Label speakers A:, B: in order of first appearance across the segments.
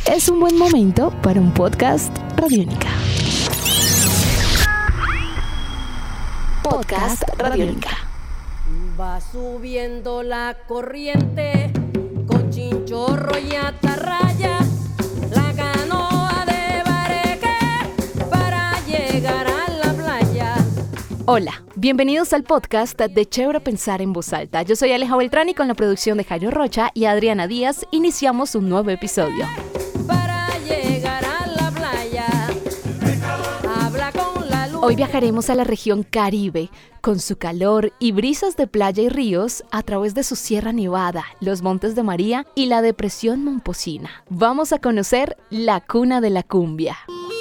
A: es un buen momento para un podcast Radiónica. Podcast Radiónica.
B: Va subiendo la corriente con chinchorro y atarraya, la canoa de Bareque para llegar a la playa.
A: Hola, bienvenidos al podcast de Chévere Pensar en Voz Alta. Yo soy Aleja Beltrán y con la producción de Jairo Rocha y Adriana Díaz iniciamos un nuevo episodio.
B: Para llegar a la playa, habla con la luna.
A: Hoy viajaremos a la región Caribe, con su calor y brisas de playa y ríos a través de su Sierra Nevada, los Montes de María y la Depresión Momposina. Vamos a conocer la cuna de la cumbia.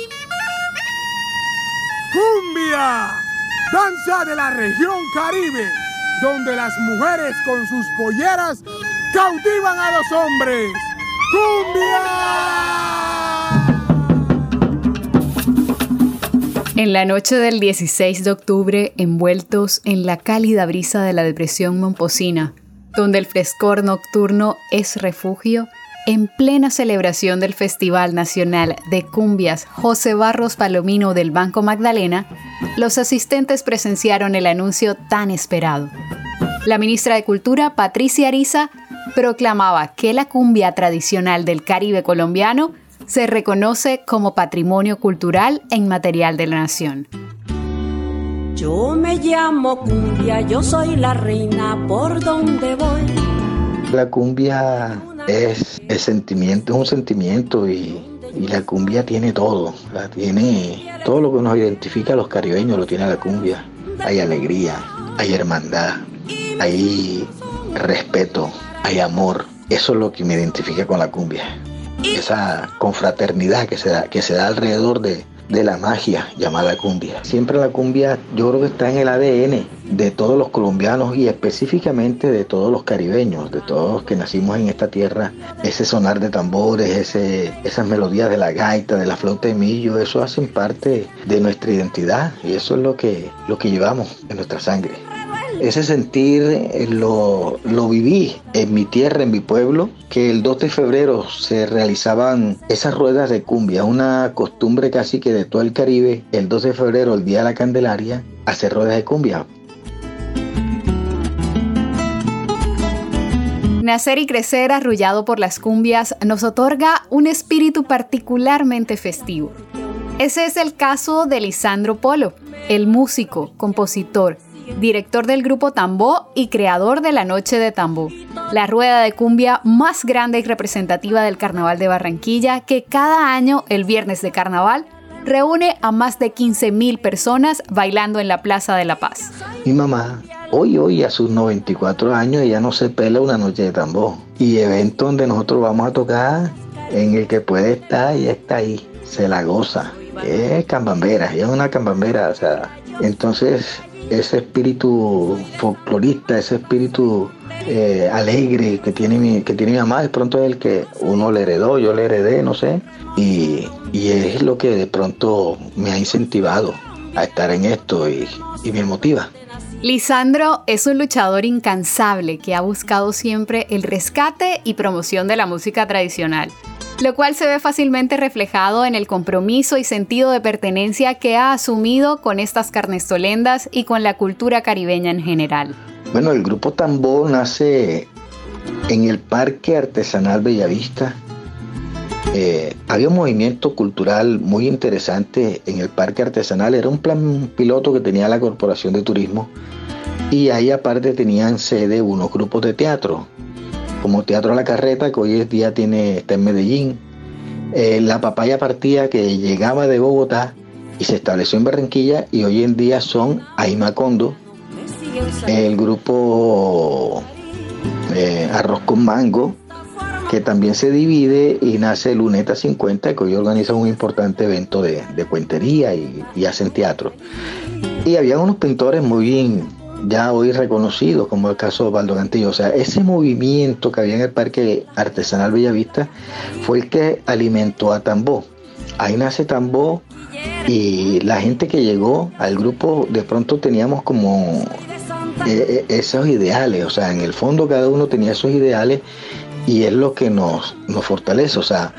C: ¡Cumbia! Danza de la región Caribe, donde las mujeres con sus polleras cautivan a los hombres. ¡Cumbia!
D: En la noche del 16 de octubre, envueltos en la cálida brisa de la Depresión Momposina, donde el frescor nocturno es refugio, en plena celebración del Festival Nacional de Cumbias José Barros Palomino del Banco Magdalena, los asistentes presenciaron el anuncio tan esperado. La ministra de Cultura, Patricia Ariza, proclamaba que la cumbia tradicional del Caribe colombiano se reconoce como patrimonio cultural e inmaterial de la nación.
B: Yo me llamo cumbia, yo soy la reina por donde voy.
E: La cumbia es sentimiento, es un sentimiento y la cumbia tiene todo, tiene todo lo que nos identifica a los caribeños, lo tiene la cumbia. Hay alegría, hay hermandad, hay respeto, hay amor. Eso es lo que me identifica con la cumbia. Esa confraternidad que se da alrededor de la magia llamada cumbia. Siempre la cumbia yo creo que está en el ADN de todos los colombianos y específicamente de todos los caribeños, de todos los que nacimos en esta tierra. Ese sonar de tambores, esas melodías de la gaita, de la flauta de millo, eso hacen parte de nuestra identidad y eso es lo que llevamos en nuestra sangre. Ese sentir lo viví en mi tierra, en mi pueblo, que el 2 de febrero se realizaban esas ruedas de cumbia, una costumbre casi que de todo el Caribe, el 2 de febrero, el Día de la Candelaria, hacer ruedas de cumbia.
D: Nacer y crecer arrullado por las cumbias nos otorga un espíritu particularmente festivo. Ese es el caso de Lisandro Polo, el músico, compositor, director del grupo Tambó y creador de la Noche de Tambó, la rueda de cumbia más grande y representativa del Carnaval de Barranquilla, que cada año, el viernes de Carnaval, reúne a más de 15,000 personas bailando en la Plaza de la Paz.
E: Mi mamá, hoy a sus 94 años, ella no se pela una noche de tambor. Y evento donde nosotros vamos a tocar, en el que puede estar, ella está ahí, se la goza. Es cambambera, ella es una cambambera, o sea, entonces ese espíritu folclorista, ese espíritu alegre que tiene mi mamá, de pronto es el que uno le heredó, yo le heredé, no sé, y es lo que de pronto me ha incentivado a estar en esto y me motiva.
D: Lisandro es un luchador incansable que ha buscado siempre el rescate y promoción de la música tradicional, lo cual se ve fácilmente reflejado en el compromiso y sentido de pertenencia que ha asumido con estas carnestolendas y con la cultura caribeña en general.
E: Bueno, el grupo Tambó nace en el Parque Artesanal Bellavista. Había un movimiento cultural muy interesante en el Parque Artesanal, era un plan piloto que tenía la Corporación de Turismo y ahí aparte tenían sede unos grupos de teatro, como Teatro La Carreta, que hoy en día está en Medellín, La Papaya Partida, que llegaba de Bogotá y se estableció en Barranquilla y hoy en día son Aimacondo, el grupo Arroz con Mango, que también se divide y nace Luneta 50, que hoy organiza un importante evento de cuentería y hacen teatro. Y había unos pintores muy bien, ya hoy reconocidos, como el caso de Osvaldo Cantillo. O sea, ese movimiento que había en el Parque Artesanal Bellavista fue el que alimentó a Tambó. Ahí nace Tambó y la gente que llegó al grupo, de pronto teníamos como esos ideales. O sea, en el fondo cada uno tenía esos ideales y es lo que nos fortalece. O sea,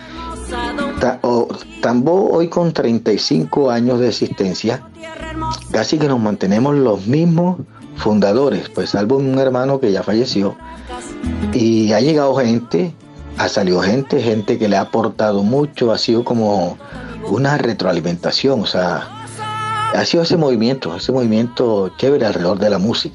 E: Tambó hoy con 35 años de existencia, casi que nos mantenemos los mismos fundadores, pues salvo un hermano que ya falleció, y ha llegado gente, ha salido gente que le ha aportado mucho, ha sido como una retroalimentación, o sea, ha sido ese movimiento chévere alrededor de la música.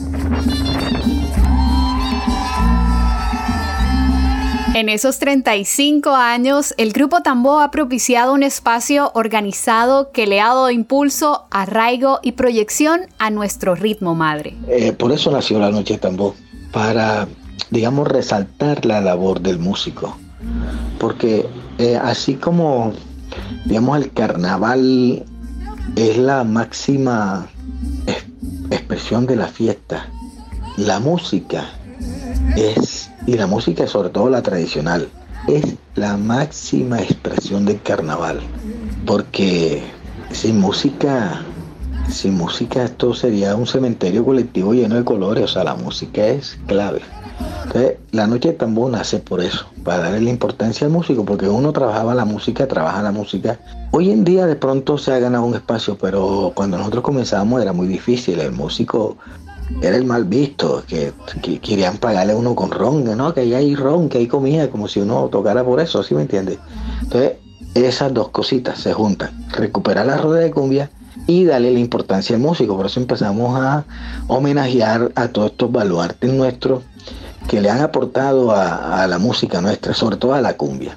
D: En esos 35 años, el Grupo Tambó ha propiciado un espacio organizado que le ha dado impulso, arraigo y proyección a nuestro ritmo madre.
E: Por eso nació la Noche de Tambó, para, digamos, resaltar la labor del músico. Porque así como, digamos, el carnaval es la máxima expresión de la fiesta, la música es, y la música sobre todo la tradicional, es la máxima expresión del carnaval, porque sin música esto sería un cementerio colectivo lleno de colores. O sea, la música es clave. Entonces, la Noche de Tambó nace por eso, para darle la importancia al músico, porque uno trabaja la música. Hoy en día de pronto se ha ganado un espacio, pero cuando nosotros comenzamos era muy difícil. El músico era el mal visto, que querían pagarle a uno con ron, ¿no? Que ahí hay ron, que hay comida, como si uno tocara por eso, ¿sí me entiendes? Entonces, esas dos cositas se juntan, recuperar la rueda de cumbia y darle la importancia al músico. Por eso empezamos a homenajear a todos estos baluartes nuestros que le han aportado a la música nuestra, sobre todo a la cumbia.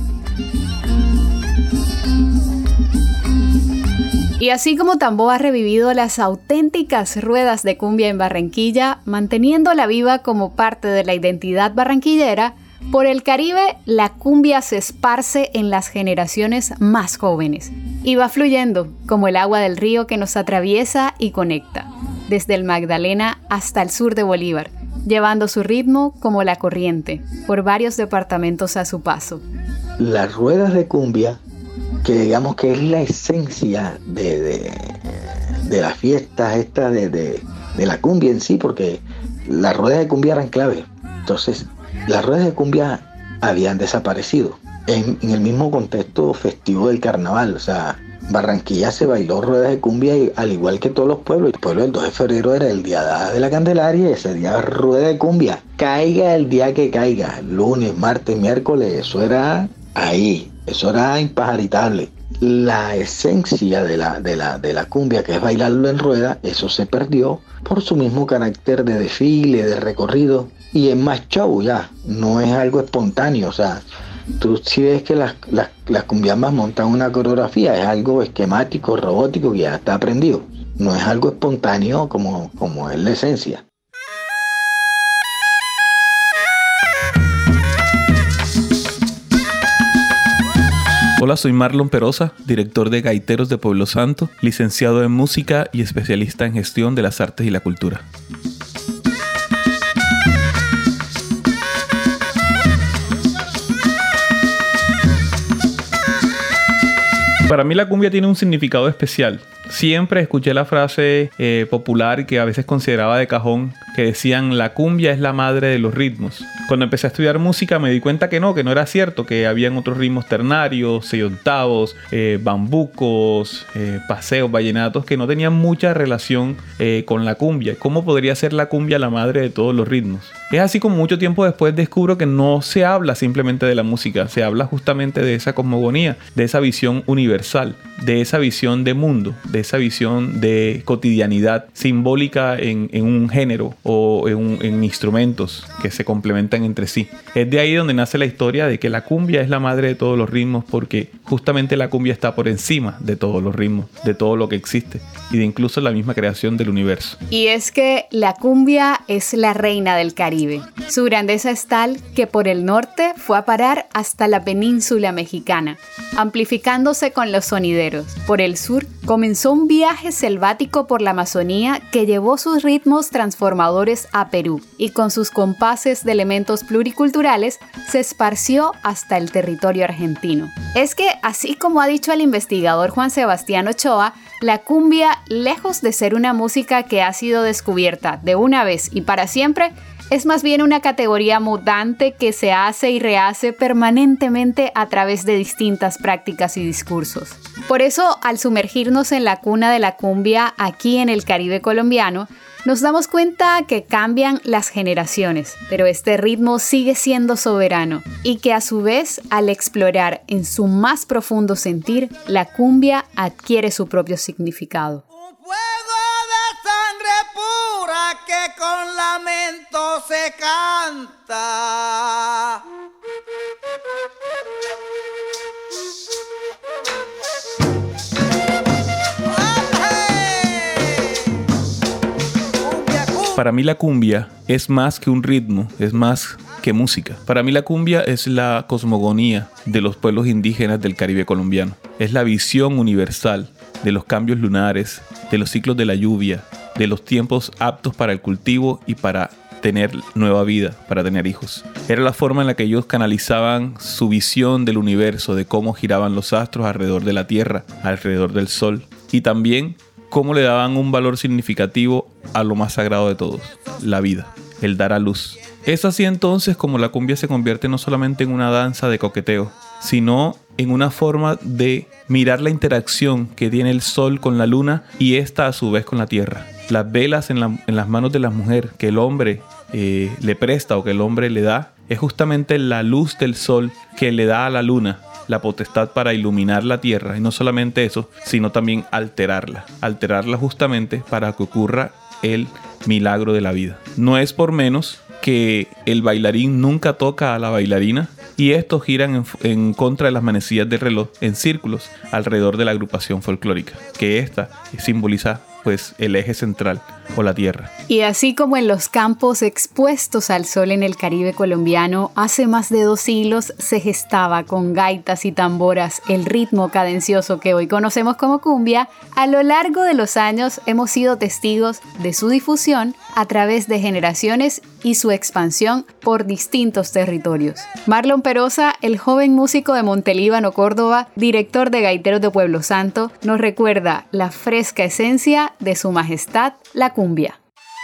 D: Y así como Tambó ha revivido las auténticas ruedas de cumbia en Barranquilla, manteniéndola viva como parte de la identidad barranquillera, por el Caribe la cumbia se esparce en las generaciones más jóvenes y va fluyendo como el agua del río que nos atraviesa y conecta, desde el Magdalena hasta el sur de Bolívar, llevando su ritmo como la corriente por varios departamentos a su paso.
E: Las ruedas de cumbia, que digamos que es la esencia de las fiestas de la cumbia en sí, porque las ruedas de cumbia eran clave. Entonces, las ruedas de cumbia habían desaparecido en el mismo contexto festivo del carnaval. O sea, Barranquilla se bailó ruedas de cumbia al igual que todos los pueblos. El pueblo del 2 de febrero era el día de la Candelaria y ese día rueda de cumbia. Caiga el día que caiga, lunes, martes, miércoles, eso era ahí. Eso era impajaritable. La esencia de la cumbia, que es bailarlo en rueda, eso se perdió por su mismo carácter de desfile, de recorrido, y es más show ya, no es algo espontáneo. O sea, tú sí ves que las cumbiambas montan una coreografía, es algo esquemático, robótico, que ya está aprendido. No es algo espontáneo como es la esencia.
F: Hola, soy Marlon Perosa, director de Gaiteros de Pueblo Santo, licenciado en música y especialista en gestión de las artes y la cultura. Para mí la cumbia tiene un significado especial. Siempre escuché la frase popular que a veces consideraba de cajón, que decían: la cumbia es la madre de los ritmos. Cuando empecé a estudiar música me di cuenta que no era cierto, que habían otros ritmos ternarios, 6/8, bambucos, paseos, vallenatos, que no tenían mucha relación con la cumbia. ¿Cómo podría ser la cumbia la madre de todos los ritmos? Es así como mucho tiempo después descubro que no se habla simplemente de la música, se habla justamente de esa cosmogonía, de esa visión universal, de esa visión de mundo, de esa visión de cotidianidad simbólica en un género o en instrumentos que se complementan entre sí. Es de ahí donde nace la historia de que la cumbia es la madre de todos los ritmos, porque justamente la cumbia está por encima de todos los ritmos, de todo lo que existe y de incluso la misma creación del universo.
D: Y es que la cumbia es la reina del Caribe. Su grandeza es tal que por el norte fue a parar hasta la península mexicana, amplificándose con los sonideros. Por el sur comenzó un viaje selvático por la Amazonía que llevó sus ritmos transformadores a Perú y con sus compases de elementos pluriculturales se esparció hasta el territorio argentino. Es que, así como ha dicho el investigador Juan Sebastián Ochoa, la cumbia, lejos de ser una música que ha sido descubierta de una vez y para siempre, es más bien una categoría mutante que se hace y rehace permanentemente a través de distintas prácticas y discursos. Por eso, al sumergirnos en la cuna de la cumbia aquí en el Caribe colombiano, nos damos cuenta que cambian las generaciones, pero este ritmo sigue siendo soberano y que a su vez, al explorar en su más profundo sentir, la cumbia adquiere su propio significado.
G: Que con lamento se canta.
F: Para mí la cumbia es más que un ritmo, es más que música. Para mí la cumbia es la cosmogonía de los pueblos indígenas del Caribe colombiano. Es la visión universal de los cambios lunares, de los ciclos de la lluvia, de los tiempos aptos para el cultivo y para tener nueva vida, para tener hijos. Era la forma en la que ellos canalizaban su visión del universo, de cómo giraban los astros alrededor de la Tierra, alrededor del Sol, y también cómo le daban un valor significativo a lo más sagrado de todos, la vida, el dar a luz. Es así entonces como la cumbia se convierte no solamente en una danza de coqueteo, sino en una forma de mirar la interacción que tiene el sol con la luna y esta a su vez con la tierra. Las velas en las manos de la mujer que el hombre le presta o que el hombre le da es justamente la luz del sol que le da a la luna la potestad para iluminar la tierra, y no solamente eso, sino también alterarla justamente para que ocurra el milagro de la vida. No es por menos que el bailarín nunca toca a la bailarina y estos giran en contra de las manecillas del reloj en círculos alrededor de la agrupación folclórica, que esta simboliza pues el eje central o la tierra.
D: Y así como en los campos expuestos al sol en el Caribe colombiano, hace más de 2 siglos se gestaba con gaitas y tamboras el ritmo cadencioso que hoy conocemos como cumbia. A lo largo de los años hemos sido testigos de su difusión a través de generaciones y su expansión por distintos territorios. Marlon Perosa, el joven músico de Montelíbano, Córdoba, director de Gaiteros de Pueblo Santo, nos recuerda la fresca esencia de su majestad, la cumbia.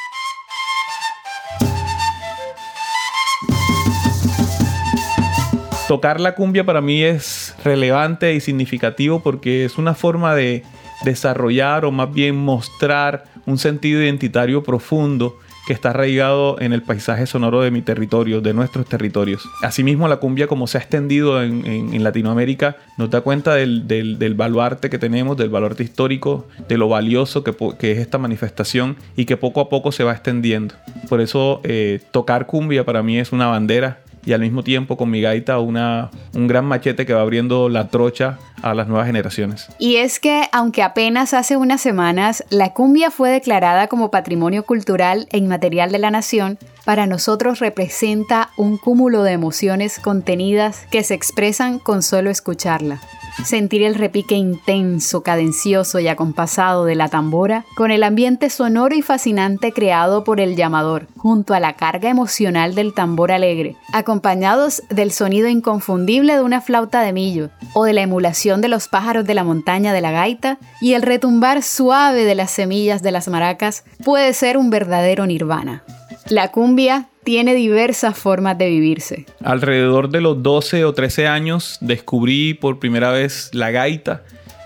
F: Tocar la cumbia para mí es relevante y significativo porque es una forma de desarrollar o más bien mostrar un sentido identitario profundo que está arraigado en el paisaje sonoro de mi territorio, de nuestros territorios. Asimismo, la cumbia, como se ha extendido en Latinoamérica, nos da cuenta del baluarte que tenemos, del baluarte histórico, de lo valioso que es esta manifestación y que poco a poco se va extendiendo. Por eso, tocar cumbia para mí es una bandera y al mismo tiempo con mi gaita un gran machete que va abriendo la trocha a las nuevas generaciones.
D: Y es que, aunque apenas hace unas semanas la cumbia fue declarada como Patrimonio Cultural e Inmaterial de la Nación, para nosotros representa un cúmulo de emociones contenidas que se expresan con solo escucharla. Sentir el repique intenso, cadencioso y acompasado de la tambora, con el ambiente sonoro y fascinante creado por el llamador, junto a la carga emocional del tambor alegre, acompañados del sonido inconfundible de una flauta de millo, o de la emulación de los pájaros de la montaña de la gaita, y el retumbar suave de las semillas de las maracas, puede ser un verdadero nirvana. La cumbia tiene diversas formas de vivirse.
F: Alrededor de los 12 o 13 años descubrí por primera vez la gaita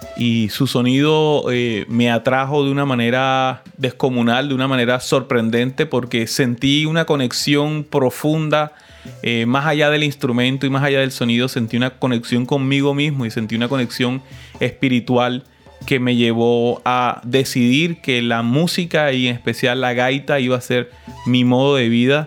F: y su sonido me atrajo de una manera descomunal, de una manera sorprendente, porque sentí una conexión profunda, más allá del instrumento y más allá del sonido, sentí una conexión conmigo mismo y sentí una conexión espiritual que me llevó a decidir que la música y en especial la gaita iba a ser mi modo de vida.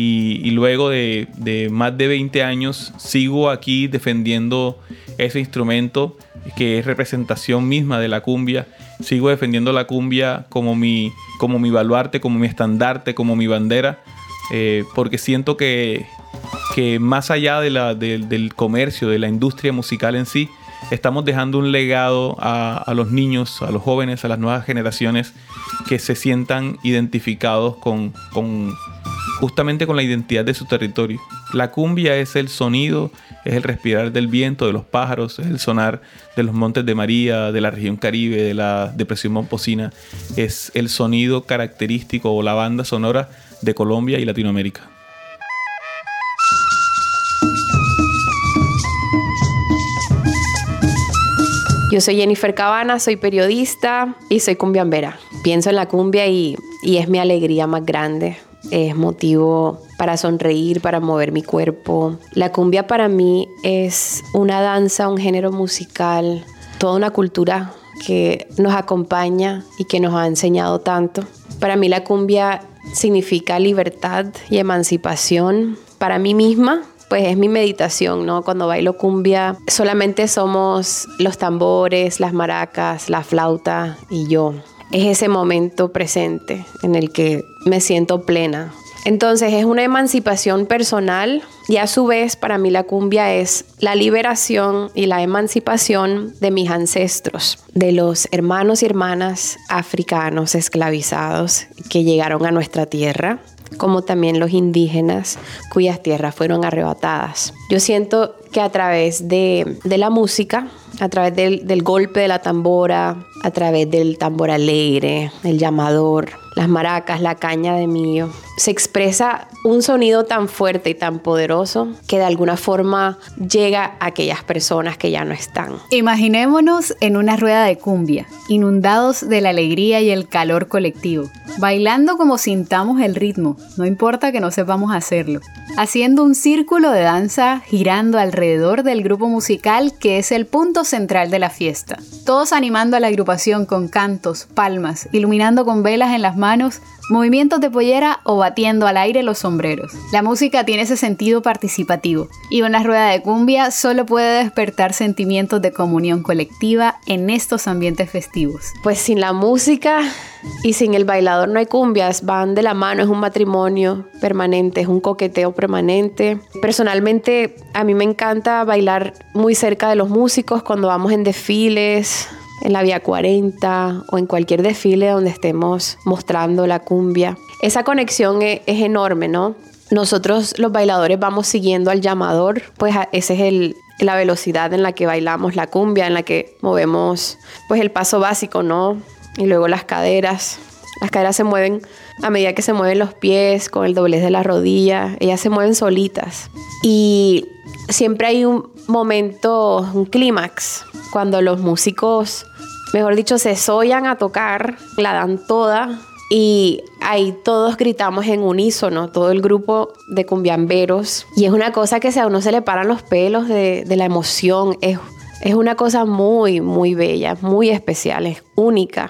F: Y luego de más de 20 años sigo aquí defendiendo ese instrumento que es representación misma de la cumbia. Sigo defendiendo la cumbia como mi baluarte, como mi estandarte, como mi bandera, porque siento que más allá del comercio, de la industria musical en sí, estamos dejando un legado a los niños, a los jóvenes, a las nuevas generaciones que se sientan identificados con justamente con la identidad de su territorio. La cumbia es el sonido, es el respirar del viento, de los pájaros, es el sonar de los Montes de María, de la región Caribe, de la depresión momposina, es el sonido característico o la banda sonora de Colombia y Latinoamérica.
H: Yo soy Jennifer Cabana, soy periodista y soy cumbiambera. Pienso en la cumbia y es mi alegría más grande. Es motivo para sonreír, para mover mi cuerpo. La cumbia para mí es una danza, un género musical, toda una cultura que nos acompaña y que nos ha enseñado tanto. Para mí la cumbia significa libertad y emancipación para mí misma. Pues es mi meditación, ¿no? Cuando bailo cumbia solamente somos los tambores, las maracas, la flauta y yo. Es ese momento presente en el que me siento plena. Entonces es una emancipación personal y a su vez para mí la cumbia es la liberación y la emancipación de mis ancestros, de los hermanos y hermanas africanos esclavizados que llegaron a nuestra tierra, como también los indígenas cuyas tierras fueron arrebatadas. Yo siento que a través de la música, a través del golpe de la tambora, a través del tambor alegre, el llamador, las maracas, la caña de millo, se expresa un sonido tan fuerte y tan poderoso que de alguna forma llega a aquellas personas que ya no están.
D: Imaginémonos en una rueda de cumbia, inundados de la alegría y el calor colectivo, bailando como sintamos el ritmo, no importa que no sepamos hacerlo, haciendo un círculo de danza girando alrededor del grupo musical que es el punto central de la fiesta. Todos animando a la agrupación con cantos, palmas, iluminando con velas en las manos, movimientos de pollera o batiendo al aire los sombreros. La música tiene ese sentido participativo y una rueda de cumbia solo puede despertar sentimientos de comunión colectiva en estos ambientes festivos.
H: Pues sin la música y sin el bailador no hay cumbias, van de la mano, es un matrimonio permanente, es un coqueteo permanente. Personalmente a mí me encanta bailar muy cerca de los músicos cuando vamos en desfiles, en la Vía 40 o en cualquier desfile donde estemos mostrando la cumbia. Esa conexión es enorme, ¿no? Nosotros los bailadores vamos siguiendo al llamador, pues esa es la velocidad en la que bailamos la cumbia, en la que movemos pues el paso básico, ¿no? Y luego las caderas. Las caderas se mueven a medida que se mueven los pies, con el doblez de la rodilla, ellas se mueven solitas. Y siempre hay un momento, un clímax, cuando los músicos, mejor dicho, se sollan a tocar, la dan toda y ahí todos gritamos en unísono, todo el grupo de cumbiamberos. Y es una cosa que a uno se le paran los pelos de la emoción. Es una cosa muy, muy bella, muy especial, es única.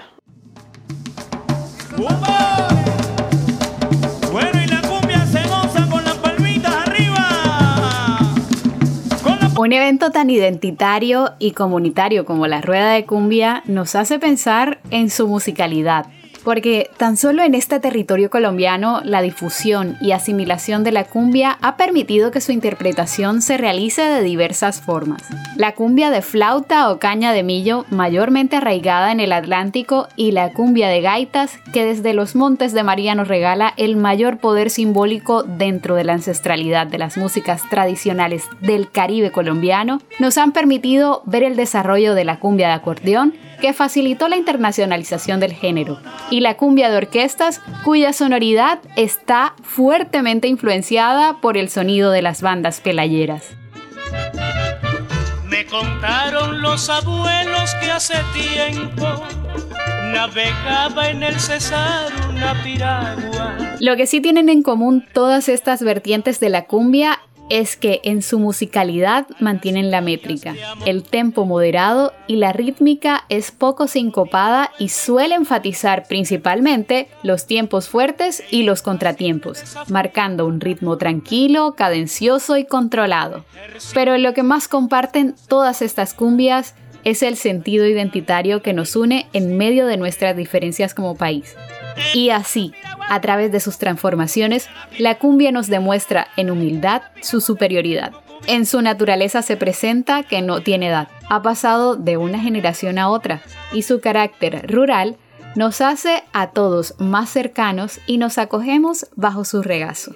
I: Bueno, y la cumbia se goza con las palmitas arriba.
D: Un evento tan identitario y comunitario como la Rueda de Cumbia nos hace pensar en su musicalidad, porque tan solo en este territorio colombiano la difusión y asimilación de la cumbia ha permitido que su interpretación se realice de diversas formas. La cumbia de flauta o caña de millo, mayormente arraigada en el Atlántico, y la cumbia de gaitas, que desde los Montes de María nos regala el mayor poder simbólico dentro de la ancestralidad de las músicas tradicionales del Caribe colombiano, nos han permitido ver el desarrollo de la cumbia de acordeón, que facilitó la internacionalización del género, y la cumbia de orquestas, cuya sonoridad está fuertemente influenciada por el sonido de las bandas pelayeras.
I: Me contaron los abuelos que hace tiempo navegaba en el Cesar una piragua.
D: Lo que sí tienen en común todas estas vertientes de la cumbia es que en su musicalidad mantienen la métrica, el tempo moderado y la rítmica es poco sincopada y suele enfatizar principalmente los tiempos fuertes y los contratiempos, marcando un ritmo tranquilo, cadencioso y controlado. Pero lo que más comparten todas estas cumbias es el sentido identitario que nos une en medio de nuestras diferencias como país. Y así, a través de sus transformaciones, la cumbia nos demuestra en humildad su superioridad. En su naturaleza se presenta que no tiene edad, ha pasado de una generación a otra y su carácter rural nos hace a todos más cercanos y nos acogemos bajo su regazo.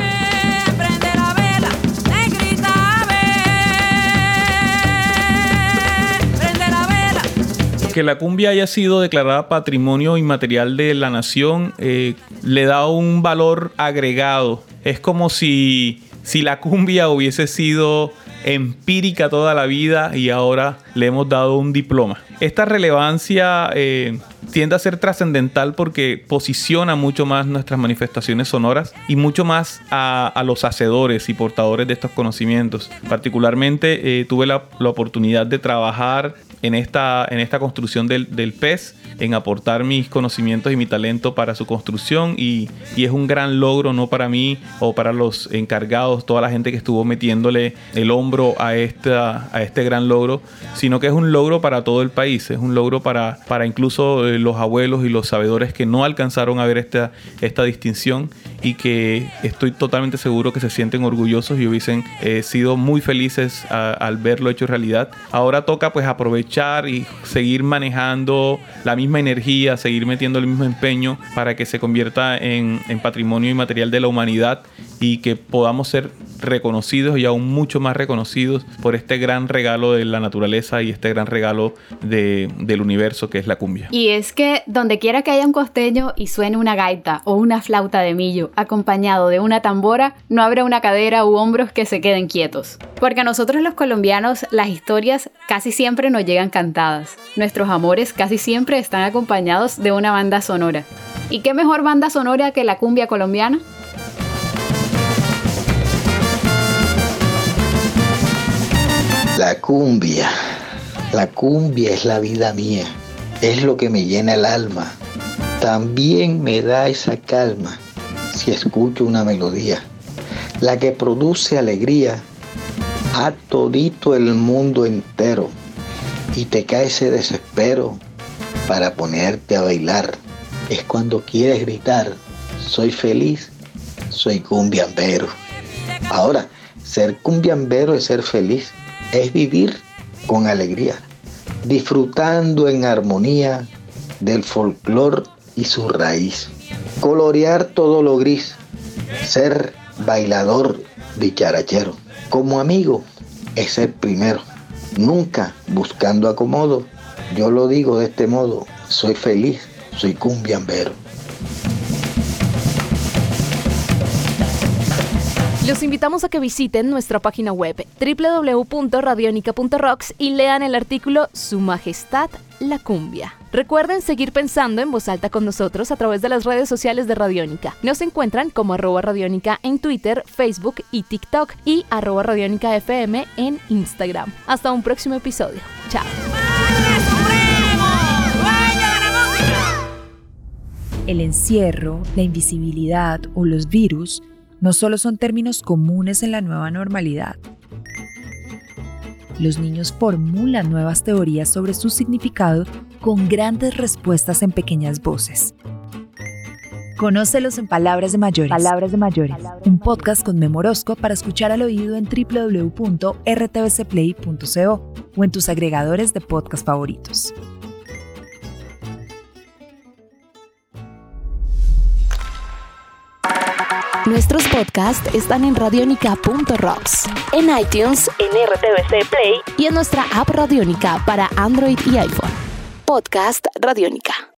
F: Que la cumbia haya sido declarada Patrimonio Inmaterial de la Nación le da un valor agregado. Es como si la cumbia hubiese sido empírica toda la vida y ahora le hemos dado un diploma. Esta relevancia tiende a ser trascendental porque posiciona mucho más nuestras manifestaciones sonoras y mucho más a los hacedores y portadores de estos conocimientos. Particularmente tuve la oportunidad de trabajar en esta construcción del pez, en aportar mis conocimientos y mi talento para su construcción y es un gran logro, no para mí o para los encargados, toda la gente que estuvo metiéndole el hombro a este gran logro, sino que es un logro para todo el país, es un logro para incluso los abuelos y los sabedores que no alcanzaron a ver esta distinción y que estoy totalmente seguro que se sienten orgullosos y hubiesen sido muy felices al verlo hecho realidad. Ahora toca pues aprovechar y seguir manejando la misma energía, seguir metiendo el mismo empeño para que se convierta en patrimonio inmaterial de la humanidad y que podamos ser reconocidos y aún mucho más reconocidos por este gran regalo de la naturaleza y este gran regalo del universo que es la cumbia.
D: Y es que donde quiera que haya un costeño y suene una gaita o una flauta de millo acompañado de una tambora, no habrá una cadera u hombros que se queden quietos. Porque a nosotros los colombianos las historias casi siempre nos llegan cantadas. Nuestros amores casi siempre están acompañados de una banda sonora. ¿Y qué mejor banda sonora que la cumbia colombiana?
E: La cumbia es la vida mía, es lo que me llena el alma. También me da esa calma si escucho una melodía, la que produce alegría a todito el mundo entero y te cae ese desespero para ponerte a bailar. Es cuando quieres gritar, soy feliz, soy cumbiambero. Ahora, ser cumbiambero es ser feliz. Es vivir con alegría, disfrutando en armonía del folclor y su raíz. Colorear todo lo gris, ser bailador dicharachero. Como amigo es ser primero, nunca buscando acomodo. Yo lo digo de este modo, soy feliz, soy cumbiambero.
A: Los invitamos a que visiten nuestra página web www.radionica.rocks y lean el artículo Su Majestad la Cumbia. Recuerden seguir pensando en voz alta con nosotros a través de las redes sociales de Radiónica. Nos encuentran como @Radiónica en Twitter, Facebook y TikTok y @RadiónicaFM en Instagram. Hasta un próximo episodio. Chao.
J: El encierro, la invisibilidad o los virus no solo son términos comunes en la nueva normalidad. Los niños formulan nuevas teorías sobre su significado con grandes respuestas en pequeñas voces. Conócelos en Palabras de Mayores. Palabras de Mayores. Un podcast con Memorosco para escuchar al oído en www.rtbcplay.co o en tus agregadores de podcast favoritos.
A: Nuestros podcasts están en radionica.rocks, en iTunes, en RTBC Play y en nuestra app Radiónica para Android y iPhone. Podcast Radiónica.